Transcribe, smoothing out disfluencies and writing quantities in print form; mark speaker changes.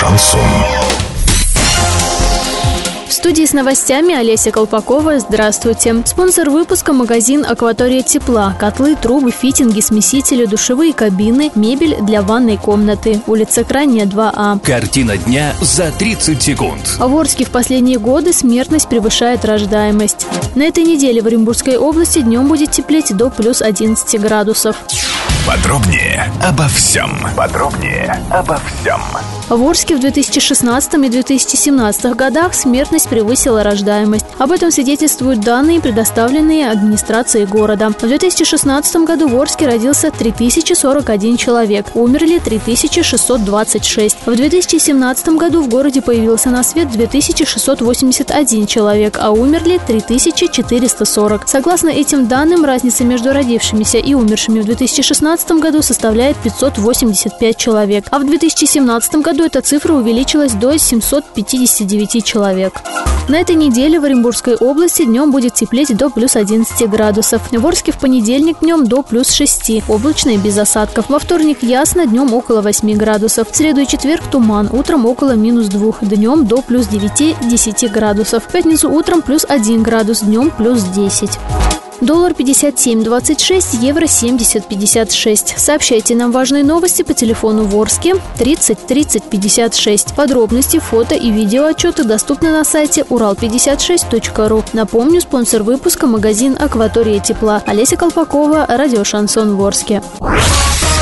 Speaker 1: Шансон.
Speaker 2: В студии с новостями Олеся Колпакова. Здравствуйте. Спонсор выпуска – магазин «Акватория тепла». Котлы, трубы, фитинги, смесители, душевые кабины, мебель для ванной комнаты. Улица Крайняя, 2А.
Speaker 3: Картина дня за 30 секунд.
Speaker 2: В Орске в последние годы смертность превышает рождаемость. На этой неделе в Оренбургской области днем будет теплеть до плюс 11 градусов.
Speaker 1: Подробнее обо всем.
Speaker 2: В Орске в 2016 и 2017 годах смертность превысила рождаемость. Об этом свидетельствуют данные, предоставленные администрацией города. В 2016 году в Орске родился 3041 человек, умерли 3626. В 2017 году в городе появился на свет 2681 человек, а умерли 3440. Согласно этим данным, разница между родившимися и умершими в 2016 году составляет 585 человек, а в 2017 году эта цифра увеличилась до 759 человек. На этой неделе в Оренбургской области днем будет теплеть до плюс 11 градусов. В Орске в понедельник днем до плюс 6, облачно и без осадков. Во вторник ясно, днем около 8 градусов. В среду и четверг туман, утром около минус 2, днем до плюс 9-10 градусов. В пятницу утром плюс 1 градус, днем плюс 10. Доллар 57.26, евро 70.56. Сообщайте нам важные новости по телефону в Орске 30 30 56. Подробности, фото и видеоотчеты доступны на сайте урал56.ру. Напомню, спонсор выпуска – магазин «Акватория тепла». Олеся Колпакова, радио «Шансон» в Орске.